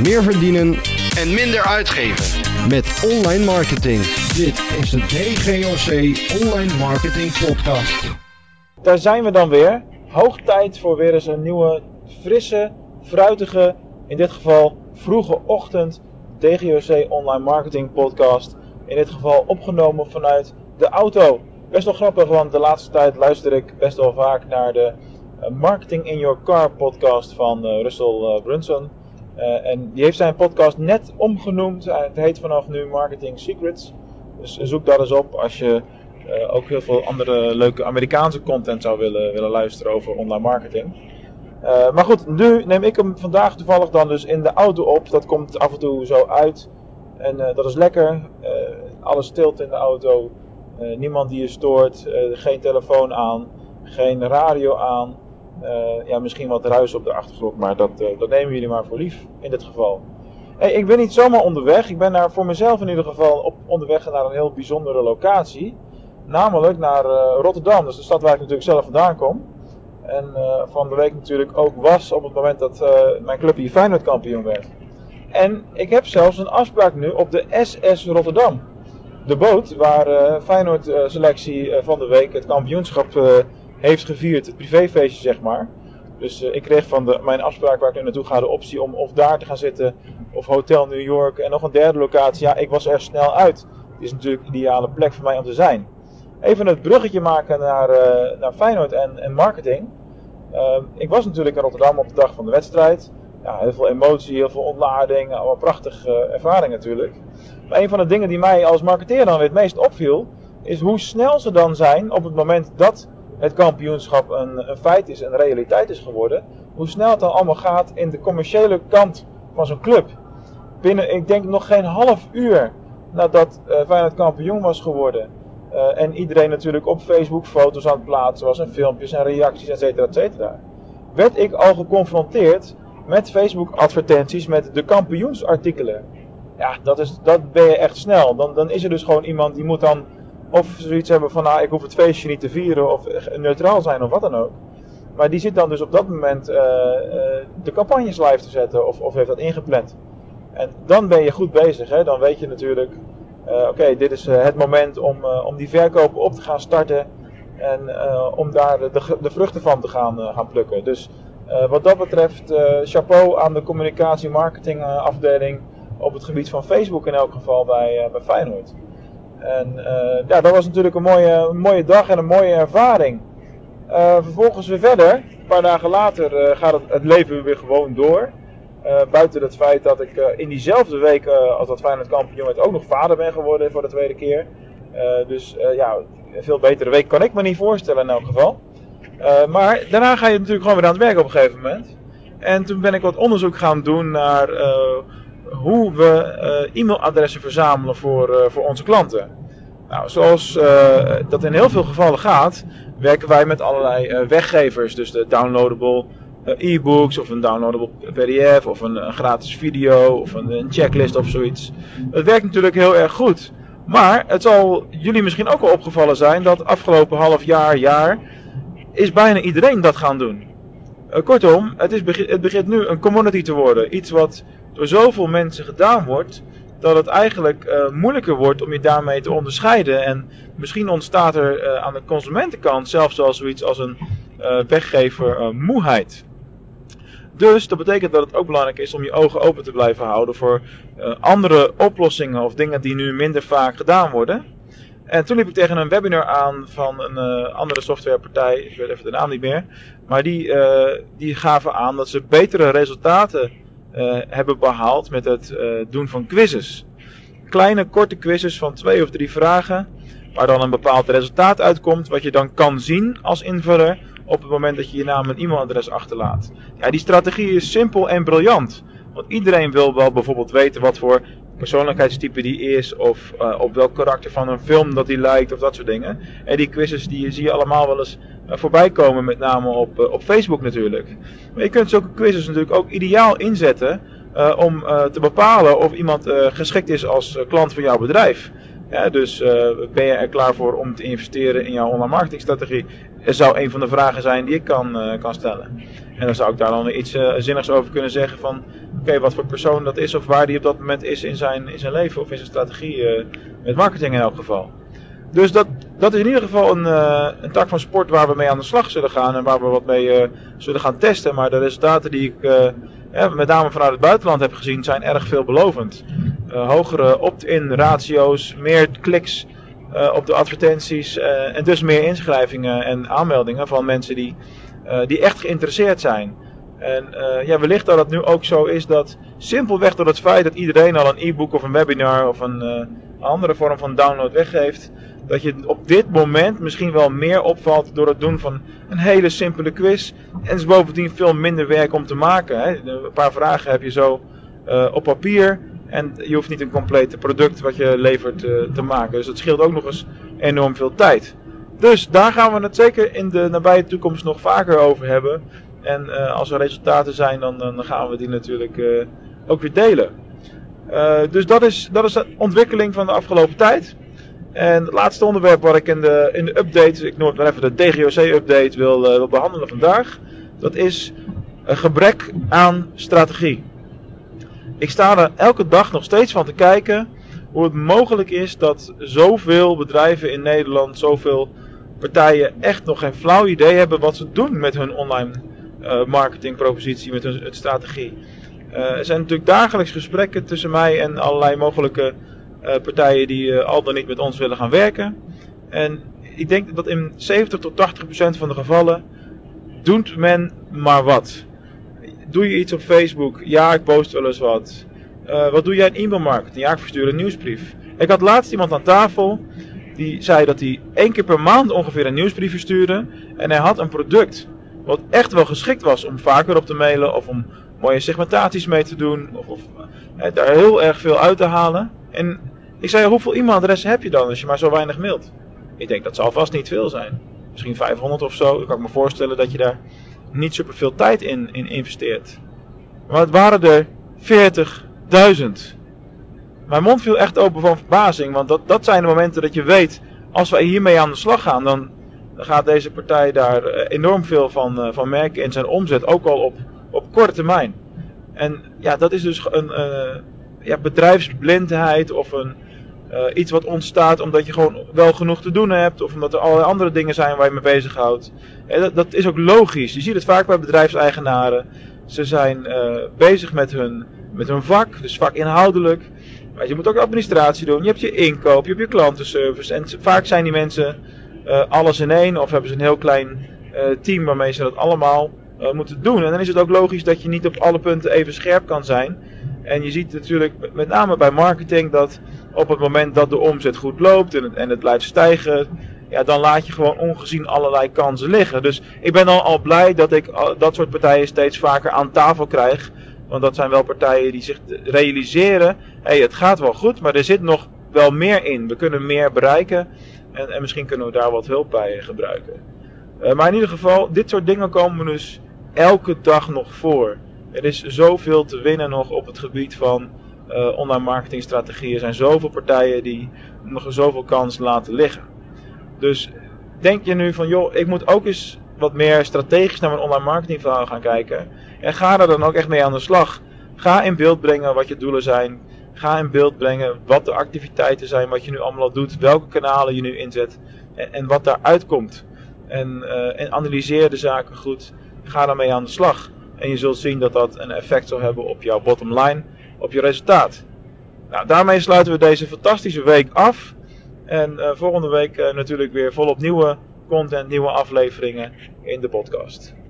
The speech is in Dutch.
meer verdienen en minder uitgeven met online marketing. Dit is de DGOC Online Marketing Podcast. Daar zijn we dan weer. Hoog tijd voor weer eens een nieuwe, frisse, fruitige, in dit geval vroege ochtend DGOC Online Marketing Podcast. In dit geval opgenomen vanuit de auto. Best wel grappig, want de laatste tijd luister ik best wel vaak naar de Marketing in Your Car podcast van Russell Brunson. En die heeft zijn podcast net omgenoemd. Het heet vanaf nu Marketing Secrets. Dus zoek dat eens op als je ook heel veel andere leuke Amerikaanse content zou willen luisteren over online marketing. Maar goed, nu neem ik hem vandaag toevallig dan dus in de auto op. Dat komt af en toe zo uit. En dat is lekker. Alles stilte in de auto. Niemand die je stoort. Geen telefoon aan. Geen radio aan. Ja, misschien wat ruis op de achtergrond. Maar dat nemen jullie maar voor lief in dit geval. Hey, ik ben niet zomaar onderweg. Ik ben voor mezelf in ieder geval onderweg naar een heel bijzondere locatie. Namelijk naar Rotterdam. Dus de stad waar ik natuurlijk zelf vandaan kom. En van de week natuurlijk ook was op het moment dat mijn club hier Feyenoord kampioen werd. En ik heb zelfs een afspraak nu op de SS Rotterdam. De boot waar Feyenoord selectie van de week het kampioenschap heeft gevierd. Het privéfeestje zeg maar. Dus ik kreeg van mijn afspraak waar ik nu naartoe ga de optie om of daar te gaan zitten. Of Hotel New York en nog een derde locatie. Ja, ik was er snel uit. Het is natuurlijk een ideale plek voor mij om te zijn. Even het bruggetje maken naar Feyenoord en marketing. Ik was natuurlijk in Rotterdam op de dag van de wedstrijd. Ja, heel veel emotie, heel veel ontlading. Allemaal prachtige ervaring natuurlijk. Maar een van de dingen die mij als marketeer dan weer het meest opviel, is hoe snel ze dan zijn op het moment dat het kampioenschap een feit is, een realiteit is geworden. Hoe snel het dan allemaal gaat in de commerciële kant van zo'n club. Binnen, ik denk nog geen half uur nadat Feyenoord kampioen was geworden. En iedereen natuurlijk op Facebook foto's aan het plaatsen was en filmpjes en reacties etcetera etcetera. Werd ik al geconfronteerd met Facebook advertenties met de kampioensartikelen. Ja, dat ben je echt snel. Dan is er dus gewoon iemand die moet dan of zoiets hebben van ik hoef het feestje niet te vieren of neutraal zijn of wat dan ook. Maar die zit dan dus op dat moment de campagnes live te zetten of heeft dat ingepland. En dan ben je goed bezig. Hè? Dan weet je natuurlijk, oké, dit is het moment om die verkopen op te gaan starten. En om daar de vruchten van te gaan plukken. Dus wat dat betreft, chapeau aan de communicatie marketing afdeling op het gebied van Facebook in elk geval bij Feyenoord. En ja, dat was natuurlijk een mooie dag en een mooie ervaring. Vervolgens weer verder, een paar dagen later gaat het leven weer gewoon door. Buiten het feit dat ik in diezelfde week als dat Feyenoord kampioen werd ook nog vader ben geworden voor de tweede keer. Dus ja, een veel betere week kan ik me niet voorstellen in elk geval. Maar daarna ga je natuurlijk gewoon weer aan het werk op een gegeven moment. En toen ben ik wat onderzoek gaan doen naar hoe we e-mailadressen verzamelen voor onze klanten. Nou, zoals dat in heel veel gevallen gaat, werken wij met allerlei weggevers. Dus de downloadable e-books of een downloadable pdf of een gratis video of een checklist of zoiets. Het werkt natuurlijk heel erg goed. Maar het zal jullie misschien ook wel opgevallen zijn dat afgelopen half jaar is bijna iedereen dat gaan doen. Kortom, het begint nu een commodity te worden. Iets wat door zoveel mensen gedaan wordt, dat het eigenlijk moeilijker wordt om je daarmee te onderscheiden. En misschien ontstaat er aan de consumentenkant zelfs al zoiets als een weggever moeheid. Dus dat betekent dat het ook belangrijk is om je ogen open te blijven houden voor andere oplossingen of dingen die nu minder vaak gedaan worden. En toen liep ik tegen een webinar aan van een andere softwarepartij, ik weet even de naam niet meer. Maar die gaven aan dat ze betere resultaten hebben behaald met het doen van quizzes. Kleine korte quizzes van 2 of 3 vragen, waar dan een bepaald resultaat uitkomt, wat je dan kan zien als invuller op het moment dat je je naam en e-mailadres achterlaat. Ja, die strategie is simpel en briljant. Want iedereen wil wel bijvoorbeeld weten wat voor persoonlijkheidstype die is, of op welk karakter van een film dat die lijkt, of dat soort dingen. En die quizzes die zie je allemaal wel eens voorbij komen, met name op Facebook natuurlijk. Maar je kunt zulke quizzes natuurlijk ook ideaal inzetten om te bepalen of iemand geschikt is als klant van jouw bedrijf. Ja, dus ben je er klaar voor om te investeren in jouw online marketingstrategie? Zou een van de vragen zijn die ik kan stellen. En dan zou ik daar dan iets zinnigs over kunnen zeggen van oké, wat voor persoon dat is of waar die op dat moment is in zijn leven of in zijn strategie met marketing in elk geval. Dus dat is in ieder geval een tak van sport waar we mee aan de slag zullen gaan en waar we wat mee zullen gaan testen. Maar de resultaten die ik met name vanuit het buitenland heb gezien zijn erg veelbelovend. Hogere opt-in ratio's, meer kliks op de advertenties en dus meer inschrijvingen en aanmeldingen van mensen die echt geïnteresseerd zijn. En wellicht dat het nu ook zo is dat simpelweg door het feit dat iedereen al een e-book of een webinar of een andere vorm van download weggeeft, dat je op dit moment misschien wel meer opvalt door het doen van een hele simpele quiz. En het is bovendien veel minder werk om te maken. Hè. Een paar vragen heb je zo op papier en je hoeft niet een complete product wat je levert te maken. Dus dat scheelt ook nog eens enorm veel tijd. Dus daar gaan we het zeker in de nabije toekomst nog vaker over hebben. En als er resultaten zijn, dan gaan we die natuurlijk ook weer delen. Dus dat is de ontwikkeling van de afgelopen tijd. En het laatste onderwerp wat ik in de update, ik noem het even de DGOC-update, wil behandelen vandaag. Dat is een gebrek aan strategie. Ik sta er elke dag nog steeds van te kijken hoe het mogelijk is dat zoveel bedrijven in Nederland, zoveel partijen echt nog geen flauw idee hebben wat ze doen met hun online marketingpropositie, met hun strategie. Er zijn natuurlijk dagelijks gesprekken tussen mij en allerlei mogelijke partijen die al dan niet met ons willen gaan werken. En ik denk dat in 70 tot 80% van de gevallen doet men maar wat. Doe je iets op Facebook? Ja, ik post wel eens wat. Wat doe jij in e-mailmarketing? Ja, ik verstuur een nieuwsbrief. Ik had laatst iemand aan tafel die zei dat hij 1 keer per maand ongeveer een nieuwsbrief verstuurde. En hij had een product wat echt wel geschikt was om vaker op te mailen of om mooie segmentaties mee te doen. Of daar heel erg veel uit te halen. En ik zei, hoeveel e-mailadressen heb je dan als je maar zo weinig mailt? Ik denk, dat zal vast niet veel zijn. Misschien 500 of zo. Dan kan ik me voorstellen dat je daar niet super veel tijd in investeert. Maar het waren er 40.000. Mijn mond viel echt open van verbazing. Want dat zijn de momenten dat je weet, als wij hiermee aan de slag gaan, dan gaat deze partij daar enorm veel van merken in zijn omzet. Ook al op korte termijn. En ja, dat is dus een bedrijfsblindheid of iets wat ontstaat omdat je gewoon wel genoeg te doen hebt. Of omdat er allerlei andere dingen zijn waar je mee bezighoudt. Dat is ook logisch. Je ziet het vaak bij bedrijfseigenaren. Ze zijn bezig met hun vak, dus vakinhoudelijk. Maar je moet ook administratie doen. Je hebt je inkoop, je hebt je klantenservice. En vaak zijn die mensen alles in één. Of hebben ze een heel klein team waarmee ze dat allemaal moeten doen. En dan is het ook logisch dat je niet op alle punten even scherp kan zijn. En je ziet natuurlijk met name bij marketing dat op het moment dat de omzet goed loopt en het blijft stijgen, ja, dan laat je gewoon ongezien allerlei kansen liggen. Dus ik ben al blij dat ik dat soort partijen steeds vaker aan tafel krijg. Want dat zijn wel partijen die zich realiseren, het gaat wel goed, maar er zit nog wel meer in. We kunnen meer bereiken en misschien kunnen we daar wat hulp bij gebruiken. Maar in ieder geval, dit soort dingen komen dus elke dag nog voor. Er is zoveel te winnen nog op het gebied van online marketingstrategieën. Er zijn zoveel partijen die nog zoveel kansen laten liggen. Dus denk je nu van, joh, ik moet ook eens wat meer strategisch naar mijn online marketingverhaal gaan kijken. En ga er dan ook echt mee aan de slag. Ga in beeld brengen wat je doelen zijn. Ga in beeld brengen wat de activiteiten zijn, wat je nu allemaal doet. Welke kanalen je nu inzet en wat daaruit komt. En analyseer de zaken goed. Ga daarmee aan de slag. En je zult zien dat dat een effect zal hebben op jouw bottom line, op je resultaat. Nou, daarmee sluiten we deze fantastische week af. En volgende week natuurlijk weer volop nieuwe content, nieuwe afleveringen in de podcast.